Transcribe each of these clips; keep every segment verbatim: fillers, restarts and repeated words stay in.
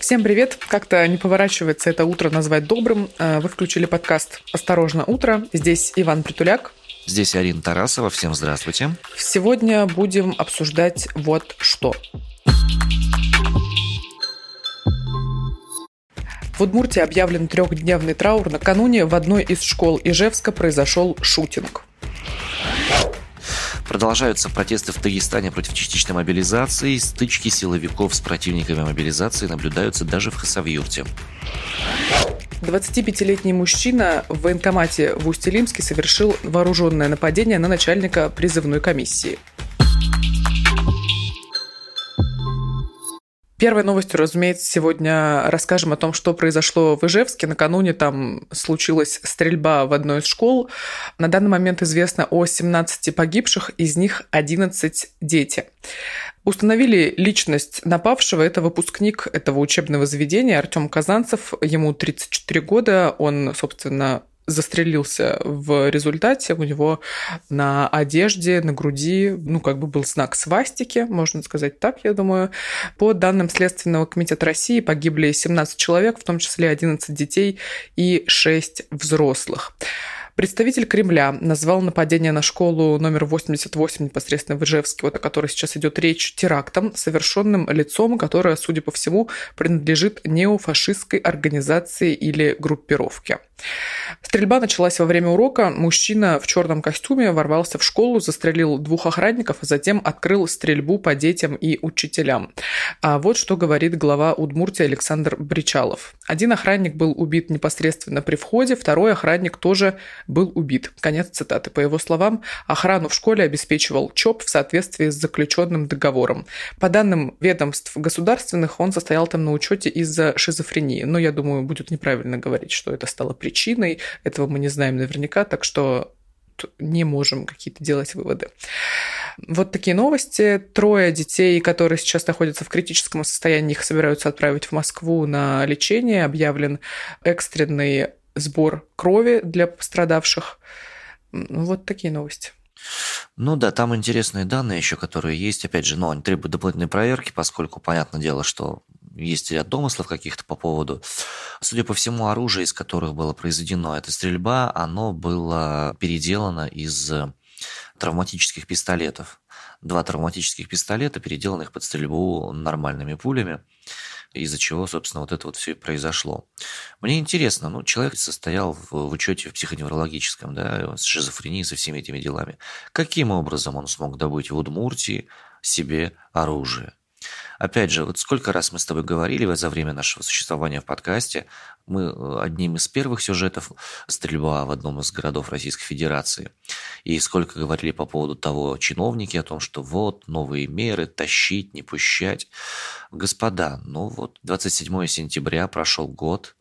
Всем привет! Как-то не поворачивается это утро назвать добрым. Вы включили подкаст «Осторожно, утро». Здесь Иван Притуляк. Здесь Арина Тарасова. Всем здравствуйте. Сегодня будем обсуждать вот что. В Удмуртии объявлен трехдневный траур. Накануне в одной из школ Ижевска произошел шутинг. Продолжаются протесты в Дагестане против частичной мобилизации. Стычки силовиков с противниками мобилизации наблюдаются даже в Хасавюрте. двадцатипятилетний мужчина в военкомате в Усть-Илимске совершил вооруженное нападение на начальника призывной комиссии. Первой новостью, разумеется, сегодня расскажем о том, что произошло в Ижевске. Накануне там случилась стрельба в одной из школ. На данный момент известно о семнадцати погибших, из них одиннадцать дети. Установили личность напавшего. Это выпускник этого учебного заведения Артем Казанцев. Ему тридцать четыре года. Он, собственно, застрелился в результате. У него на одежде, на груди, ну, как бы был знак свастики, можно сказать так, я думаю. По данным Следственного комитета России погибли семнадцать человек, в том числе одиннадцать детей и шесть взрослых. Представитель Кремля назвал нападение на школу номер восемьдесят восемь непосредственно в Ижевске, вот о которой сейчас идет речь, терактом, совершенным лицом, которое, судя по всему, принадлежит неофашистской организации или группировке. Стрельба началась во время урока. Мужчина в черном костюме ворвался в школу, застрелил двух охранников, а затем открыл стрельбу по детям и учителям. А вот что говорит глава Удмуртии Александр Бричалов. Один охранник был убит непосредственно при входе, второй охранник тоже был убит. Конец цитаты. По его словам, охрану в школе обеспечивал ЧОП в соответствии с заключенным договором. По данным ведомств государственных, он состоял там на учете из-за шизофрении. Но я думаю, будет неправильно говорить, что это стало причиной. Этого мы не знаем наверняка, так что не можем какие-то делать выводы. Вот такие новости. Трое детей, которые сейчас находятся в критическом состоянии, их собираются отправить в Москву на лечение. Объявлен экстренный сбор крови для пострадавших. Вот такие новости. Ну да, там интересные данные еще, которые есть. Опять же, но они требуют дополнительной проверки, поскольку, понятное дело, что есть ряд домыслов каких-то по поводу. Судя по всему, оружие, из которых было произведено эта стрельба, оно было переделано из травматических пистолетов. Два травматических пистолета, переделанных под стрельбу нормальными пулями, из-за чего, собственно, вот это вот все и произошло. Мне интересно, ну, человек состоял в, в учете в психоневрологическом, да, с шизофренией, со всеми этими делами. Каким образом он смог добыть в Удмуртии себе оружие? Опять же, вот сколько раз мы с тобой говорили за время нашего существования в подкасте, мы одним из первых сюжетов стрельба в одном из городов Российской Федерации. И сколько говорили по поводу того чиновники о том, что вот новые меры, тащить, не пущать. Господа, ну вот двадцать седьмого сентября прошел год,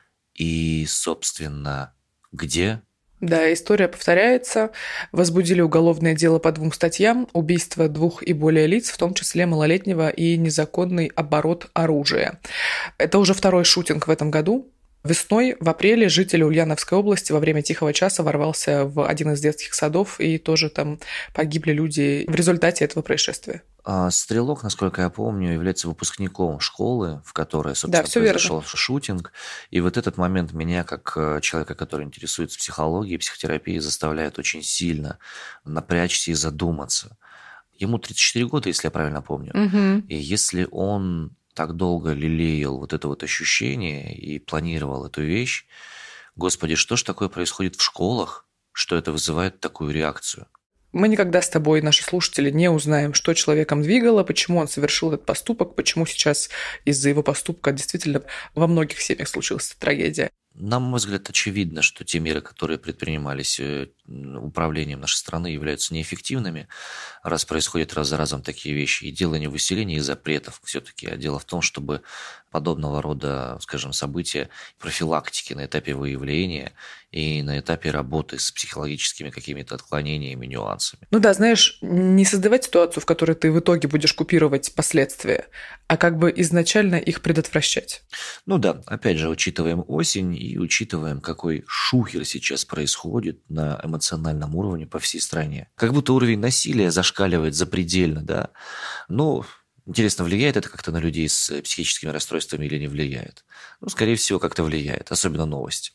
и, собственно, где... Да, история повторяется. Возбудили уголовное дело по двум статьям: убийство двух и более лиц, в том числе малолетнего, и незаконный оборот оружия. Это уже второй шутинг в этом году. Весной, в апреле, житель Ульяновской области во время тихого часа ворвался в один из детских садов, и тоже там погибли люди в результате этого происшествия. Стрелок, насколько я помню, является выпускником школы, в которой, собственно, да, произошел верно. шутинг. И вот этот момент меня, как человека, который интересуется психологией, психотерапией, заставляет очень сильно напрячься и задуматься. Ему тридцать четыре года, если я правильно помню. Угу. И если он так долго лелеял вот это вот ощущение и планировал эту вещь, господи, что ж такое происходит в школах, что это вызывает такую реакцию? Мы никогда с тобой, наши слушатели, не узнаем, что человеком двигало, почему он совершил этот поступок, почему сейчас из-за его поступка действительно во многих семьях случилась трагедия. На мой взгляд, очевидно, что те меры, которые предпринимались управлением нашей страны, являются неэффективными, раз происходят раз за разом такие вещи. И дело не в усилении запретов все-таки, а дело в том, чтобы подобного рода, скажем, события профилактики на этапе выявления и на этапе работы с психологическими какими-то отклонениями, нюансами. Ну да, знаешь, не создавать ситуацию, в которой ты в итоге будешь купировать последствия, а как бы изначально их предотвращать. Ну да, опять же, учитываем осень и учитываем, какой шухер сейчас происходит на эмоциональном уровне по всей стране. Как будто уровень насилия зашкаливает запредельно, да. Но Интересно, влияет это как-то на людей с психическими расстройствами или не влияет? Ну, скорее всего, как-то влияет, особенно новости.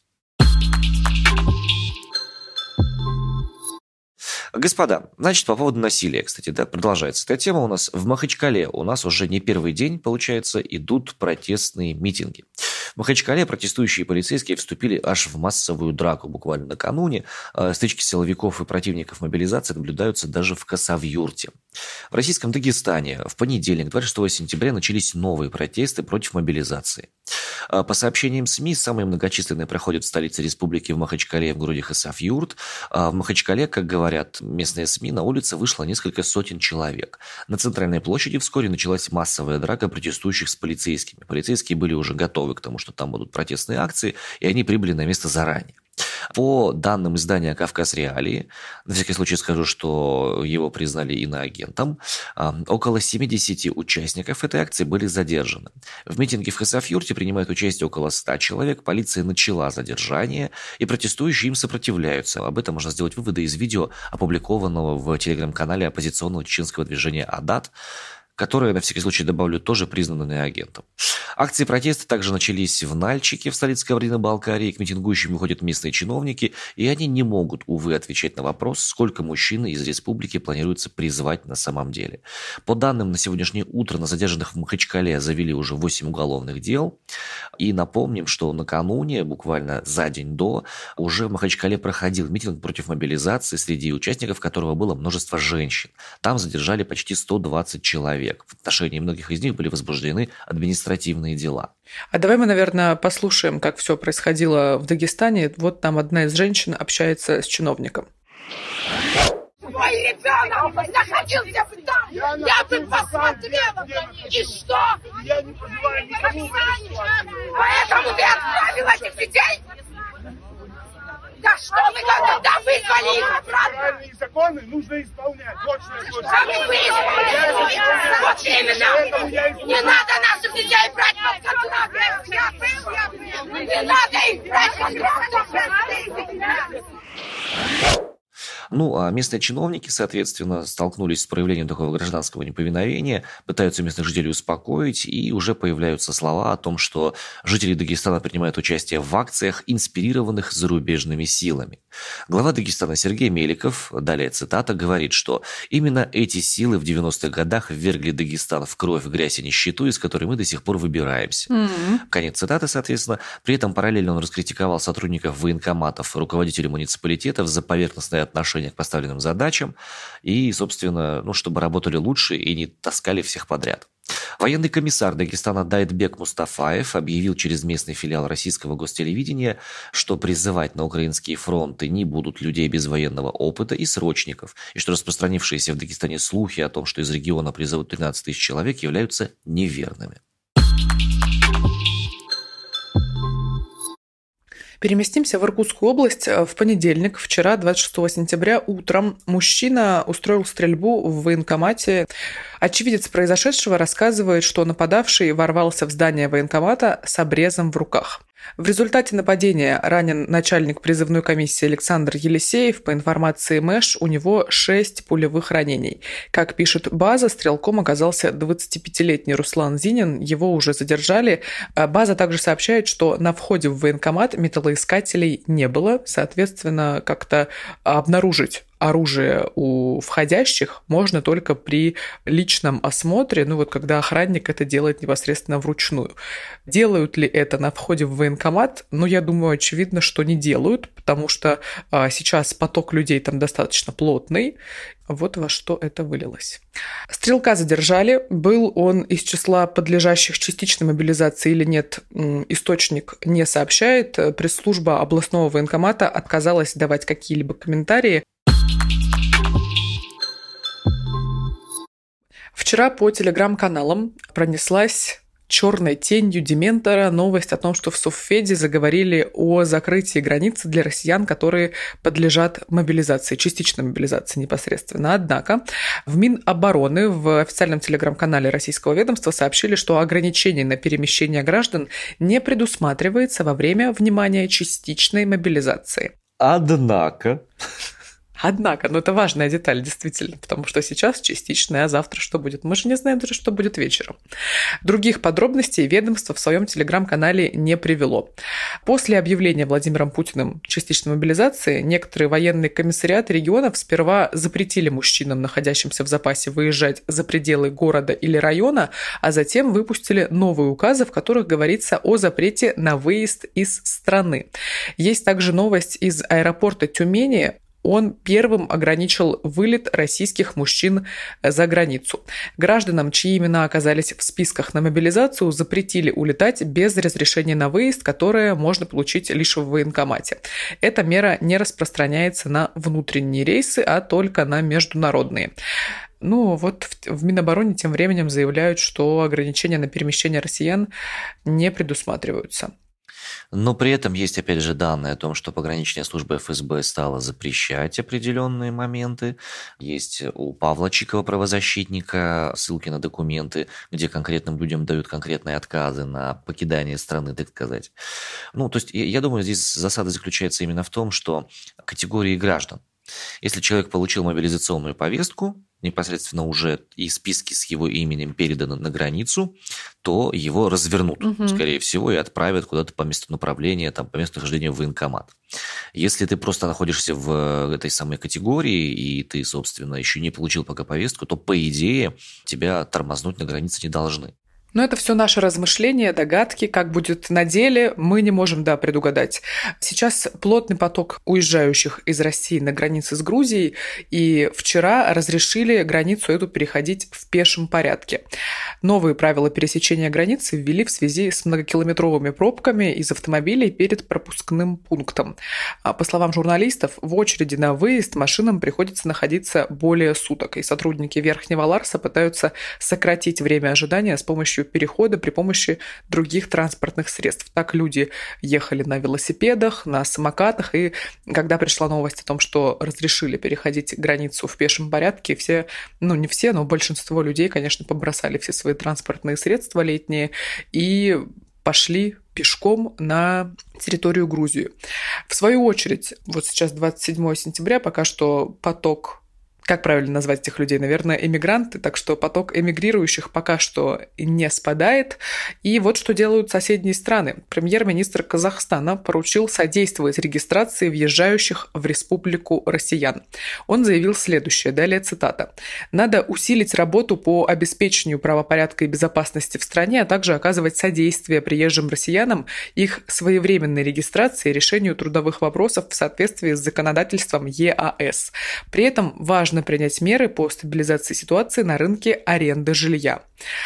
Господа, значит, по поводу насилия, кстати, да, продолжается эта тема у нас. В Махачкале у нас уже не первый день, получается, идут протестные митинги. В Махачкале протестующие полицейские вступили аж в массовую драку буквально накануне. Стычки силовиков и противников мобилизации наблюдаются даже в Хасавюрте. В российском Дагестане в понедельник, двадцать шестого сентября, начались новые протесты против мобилизации. По сообщениям СМИ, самые многочисленные проходят в столице республики в Махачкале и в городе Хасавюрт. В Махачкале, как говорят местные СМИ, на улице вышло несколько сотен человек. На центральной площади вскоре началась массовая драка протестующих с полицейскими. Полицейские были уже готовы к тому, что там будут протестные акции, и они прибыли на место заранее. По данным издания «Кавказ Реалии», на всякий случай скажу, что его признали иноагентом, около семьдесят участников этой акции были задержаны. В митинге в Хасавюрте принимают участие около ста человек, полиция начала задержание, и протестующие им сопротивляются. Об этом можно сделать выводы из видео, опубликованного в телеграм-канале оппозиционного чеченского движения «Адат», которое, на всякий случай добавлю, тоже признаны агентом. Акции протеста также начались в Нальчике, в столице Кабардино-Балкарии. К митингующим выходят местные чиновники, и они не могут, увы, отвечать на вопрос, сколько мужчин из республики планируется призвать на самом деле. По данным на сегодняшнее утро, на задержанных в Махачкале завели уже восемь уголовных дел. И напомним, что накануне, буквально за день до, уже в Махачкале проходил митинг против мобилизации, среди участников которого было множество женщин. Там задержали почти сто двадцать человек. В отношении многих из них были возбуждены административные дела. А давай мы, наверное, послушаем, как все происходило в Дагестане. Вот там одна из женщин общается с чиновником. Мой ребенок находился бы там, я, я бы посмотрела, и что? Я не понимаю никому. Поэтому ты отправил этих детей? Да что вы тогда вызвали их обратно? Правильные законы нужно исполнять. Точно, точно. Как вы исполняете? Вот именно. Не надо наших детей брать под контроль. Не надо их брать под контроль. Ну, а местные чиновники, соответственно, столкнулись с проявлением такого гражданского неповиновения, пытаются местных жителей успокоить, и уже появляются слова о том, что жители Дагестана принимают участие в акциях, инспирированных зарубежными силами. Глава Дагестана Сергей Меликов, далее цитата, говорит, что именно эти силы в девяностых годах ввергли Дагестан в кровь, грязь и нищету, из которой мы до сих пор выбираемся. Mm-hmm. Конец цитаты, соответственно. При этом параллельно он раскритиковал сотрудников военкоматов, руководителей муниципалитетов за поверхностное отношение к поставленным задачам и, собственно, ну, чтобы работали лучше и не таскали всех подряд. Военный комиссар Дагестана Дайтбек Мустафаев объявил через местный филиал российского гостелевидения, что призывать на украинские фронты не будут людей без военного опыта и срочников, и что распространившиеся в Дагестане слухи о том, что из региона призовут тринадцать тысяч человек, являются неверными. Переместимся в Иркутскую область. В понедельник, вчера, двадцать шестого сентября, утром мужчина устроил стрельбу в военкомате. Очевидец произошедшего рассказывает, что нападавший ворвался в здание военкомата с обрезом в руках. В результате нападения ранен начальник призывной комиссии Александр Елисеев. По информации МЭШ, у него шесть пулевых ранений. Как пишет база, стрелком оказался двадцатипятилетний Руслан Зинин. Его уже задержали. База также сообщает, что на входе в военкомат металлоискателей не было. Соответственно, как-то обнаружить оружие у входящих можно только при личном осмотре, ну вот когда охранник это делает непосредственно вручную. Делают ли это на входе в военкомат? Ну, я думаю, очевидно, что не делают, потому что а, сейчас поток людей там достаточно плотный. Вот во что это вылилось. Стрелка задержали. Был он из числа подлежащих частичной мобилизации или нет, источник не сообщает. Пресс-служба областного военкомата отказалась давать какие-либо комментарии. Вчера по телеграм-каналам пронеслась черной тенью дементора новость о том, что в Совфеде заговорили о закрытии границы для россиян, которые подлежат мобилизации, частичной мобилизации непосредственно. Однако в Минобороны в официальном телеграм-канале российского ведомства сообщили, что ограничение на перемещение граждан не предусматривается во время, внимания, частичной мобилизации. Однако... Однако, ну это важная деталь, действительно, потому что сейчас частичная, а завтра что будет? Мы же не знаем даже, что будет вечером. Других подробностей ведомство в своем телеграм-канале не привело. После объявления Владимиром Путиным частичной мобилизации некоторые военные комиссариаты регионов сперва запретили мужчинам, находящимся в запасе, выезжать за пределы города или района, а затем выпустили новые указы, в которых говорится о запрете на выезд из страны. Есть также новость из аэропорта Тюмени. Он первым ограничил вылет российских мужчин за границу. Гражданам, чьи имена оказались в списках на мобилизацию, запретили улетать без разрешения на выезд, которое можно получить лишь в военкомате. Эта мера не распространяется на внутренние рейсы, а только на международные. Ну, вот в Минобороне тем временем заявляют, что ограничения на перемещение россиян не предусматриваются. Но при этом есть, опять же, данные о том, что пограничная служба эф эс бэ стала запрещать определенные моменты. Есть у Павла Чикова, правозащитника, ссылки на документы, где конкретным людям дают конкретные отказы на покидание страны, так сказать. Ну, то есть, я думаю, здесь засада заключается именно в том, что категории граждан. Если человек получил мобилизационную повестку, непосредственно уже и списки с его именем переданы на границу, то его развернут, угу. скорее всего, и отправят куда-то по месту направления, там, по месту нахождения в военкомат. Если ты просто находишься в этой самой категории, и ты, собственно, еще не получил пока повестку, то, по идее, тебя тормознуть на границе не должны. Но это все наши размышления, догадки. Как будет на деле, мы не можем, да, предугадать. Сейчас плотный поток уезжающих из России на границе с Грузией, и вчера разрешили границу эту переходить в пешем порядке. Новые правила пересечения границы ввели в связи с многокилометровыми пробками из автомобилей перед пропускным пунктом. По словам журналистов, в очереди на выезд машинам приходится находиться более суток, и сотрудники Верхнего Ларса пытаются сократить время ожидания с помощью перехода при помощи других транспортных средств. Так люди ехали на велосипедах, на самокатах, и когда пришла новость о том, что разрешили переходить границу в пешем порядке, все, ну не все, но большинство людей, конечно, побросали все свои транспортные средства летние и пошли пешком на территорию Грузии. В свою очередь, вот сейчас двадцать седьмое сентября, пока что поток, как правильно назвать этих людей? Наверное, эмигранты, так что поток эмигрирующих пока что не спадает. И вот что делают соседние страны. Премьер-министр Казахстана поручил содействовать регистрации въезжающих в республику россиян. Он заявил следующее, далее цитата. «Надо усилить работу по обеспечению правопорядка и безопасности в стране, а также оказывать содействие приезжим россиянам, их своевременной регистрации и решению трудовых вопросов в соответствии с законодательством е а эс. При этом важно принять меры по стабилизации ситуации на рынке аренды жилья».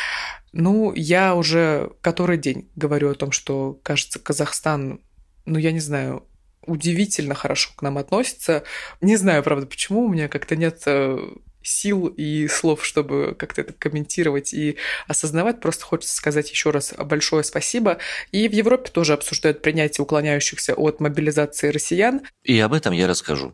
Ну, я уже который день говорю о том, что, кажется, Казахстан, ну, я не знаю, удивительно хорошо к нам относится. Не знаю, правда, почему, у меня как-то нет сил и слов, чтобы как-то это комментировать и осознавать. Просто хочется сказать еще раз большое спасибо. И в Европе тоже обсуждают принятие уклоняющихся от мобилизации россиян. И об этом я расскажу.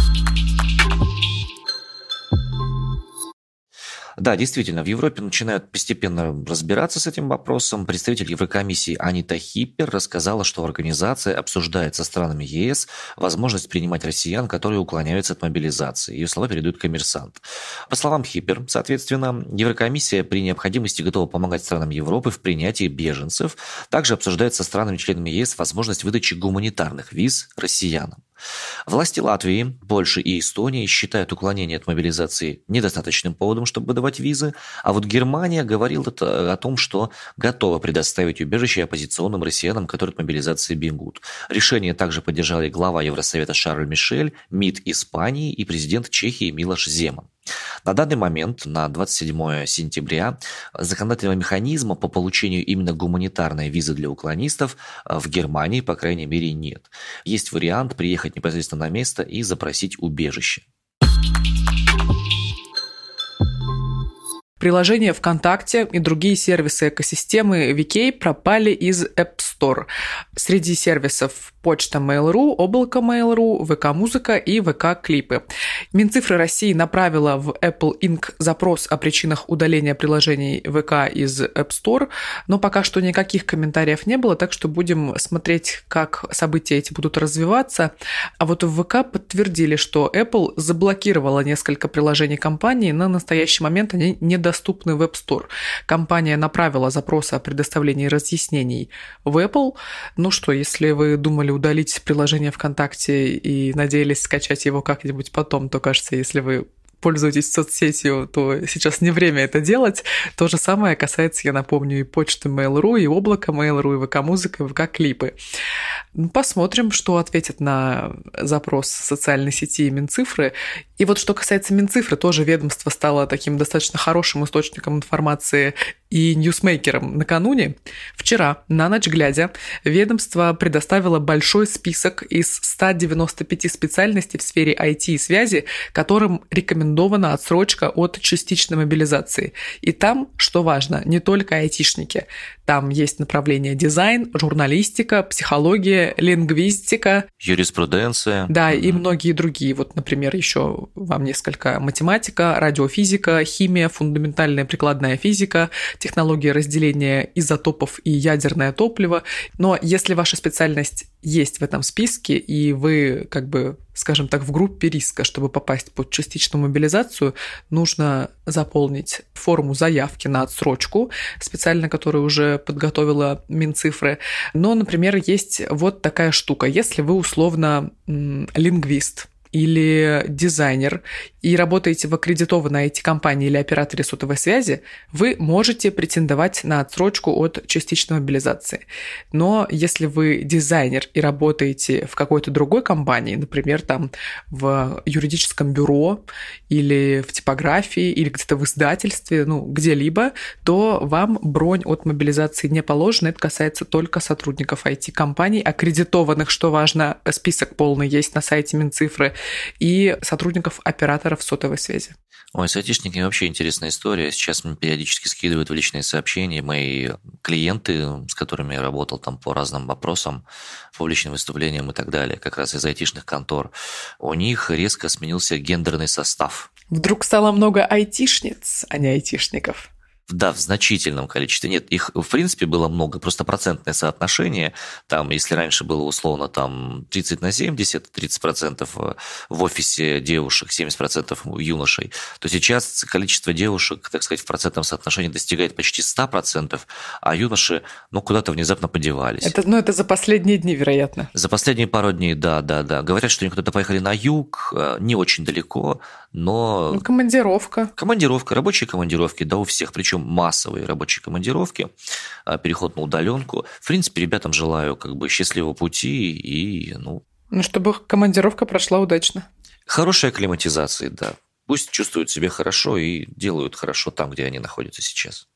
Да, действительно, в Европе начинают постепенно разбираться с этим вопросом. Представитель Еврокомиссии Анита Хиппер рассказала, что организация обсуждает со странами е эс возможность принимать россиян, которые уклоняются от мобилизации. Ее слова передают «Коммерсант». По словам Хиппер, соответственно, Еврокомиссия при необходимости готова помогать странам Европы в принятии беженцев. Также обсуждает со странами-членами е эс возможность выдачи гуманитарных виз россиянам. Власти Латвии, Польши и Эстонии считают уклонение от мобилизации недостаточным поводом, чтобы выдавать визы, а вот Германия говорила о том, что готова предоставить убежище оппозиционным россиянам, которые от мобилизации бегут. Решение также поддержали глава Евросовета Шарль Мишель, МИД Испании и президент Чехии Милош Земан. На данный момент, на двадцать седьмое сентября, законодательного механизма по получению именно гуманитарной визы для уклонистов в Германии, по крайней мере, нет. Есть вариант приехать непосредственно на место и запросить убежище. Приложения ВКонтакте и другие сервисы экосистемы ви кей пропали из App Store. Среди сервисов почта Mail.ru, облако Mail.ru, ВК-музыка и ВК-клипы. Минцифры России направила в Apple инк запрос о причинах удаления приложений ВК из App Store, но пока что никаких комментариев не было, так что будем смотреть, как события эти будут развиваться. А вот в ВК подтвердили, что Apple заблокировала несколько приложений компании, на настоящий момент они недоступны в App Store. Компания направила запрос о предоставлении разъяснений в Apple. Ну что, если вы думали удалить приложение ВКонтакте и надеялись скачать его как-нибудь потом, то, кажется, если вы пользуетесь соцсетью, то сейчас не время это делать. То же самое касается, я напомню, и почты Mail.ru, и облака Mail.ru, и ВК-музыка, и ВК-клипы. Посмотрим, что ответят на запрос социальной сети Минцифры. И вот что касается Минцифры, тоже ведомство стало таким достаточно хорошим источником информации и ньюсмейкером накануне. Вчера, на ночь глядя, ведомство предоставило большой список из ста девяноста пяти специальностей в сфере ай ти и связи, которым рекомендована отсрочка от частичной мобилизации. И там, что важно, не только айтишники. Там есть направления дизайн, журналистика, психология, лингвистика. Юриспруденция. Да, и многие другие. Вот, например, еще вам несколько: математика, радиофизика, химия, фундаментальная прикладная физика, технология разделения изотопов и ядерное топливо. Но если ваша специальность есть в этом списке, и вы, как бы, скажем так, в группе риска, чтобы попасть под частичную мобилизацию, нужно заполнить форму заявки на отсрочку, специально которую уже подготовила Минцифры. Но, например, есть вот такая штука. Если вы условно м- лингвист или дизайнер и работаете в аккредитованной ай ти-компании или операторе сотовой связи, вы можете претендовать на отсрочку от частичной мобилизации. Но если вы дизайнер и работаете в какой-то другой компании, например, там в юридическом бюро или в типографии, или где-то в издательстве, ну, где-либо, то вам бронь от мобилизации не положена. Это касается только сотрудников ай ти-компаний, аккредитованных, что важно, список полный есть на сайте Минцифры, и сотрудников операторов сотовой связи. Ой, с айтишниками вообще интересная история. Сейчас мне периодически скидывают в личные сообщения мои клиенты, с которыми я работал там по разным вопросам, публичным выступлениям и так далее, как раз из айтишных контор. У них резко сменился гендерный состав. Вдруг стало много айтишниц, а не айтишников. Да, в значительном количестве. Нет, их, в принципе, было много, просто процентное соотношение. Там, если раньше было условно там тридцать на семьдесят, тридцать процентов в офисе девушек, семьдесят процентов юношей, то сейчас количество девушек, так сказать, в процентном соотношении достигает почти сто процентов, а юноши, ну, куда-то внезапно подевались. Это, ну, это за последние дни, вероятно. За последние пару дней, да, да, да. Говорят, что они куда-то поехали на юг, не очень далеко, но... Ну, командировка. Командировка, рабочие командировки, да, у всех, причем массовые рабочие командировки, переход на удаленку. В принципе, ребятам желаю как бы счастливого пути и, ну... Ну, чтобы командировка прошла удачно. Хорошей акклиматизации, да. Пусть чувствуют себя хорошо и делают хорошо там, где они находятся сейчас.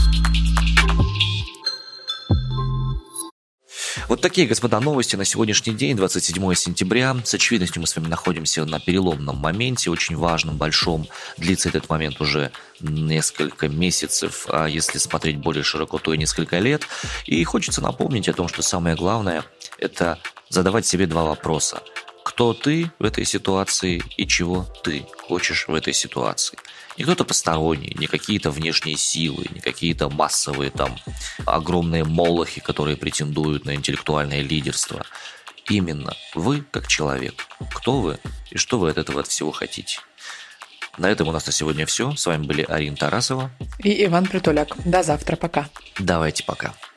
Вот такие, господа, новости на сегодняшний день, двадцать седьмое сентября. С очевидностью мы с вами находимся на переломном моменте, очень важном, большом. Длится этот момент уже несколько месяцев, а если смотреть более широко, то и несколько лет. И хочется напомнить о том, что самое главное – это задавать себе два вопроса. Кто ты в этой ситуации и чего ты хочешь в этой ситуации? Не кто-то посторонний, не какие-то внешние силы, не какие-то массовые там огромные молохи, которые претендуют на интеллектуальное лидерство. Именно вы как человек. Кто вы и что вы от этого от всего хотите? На этом у нас на сегодня все. С вами были Арина Тарасова и Иван Притуляк. До завтра. Пока. Давайте пока.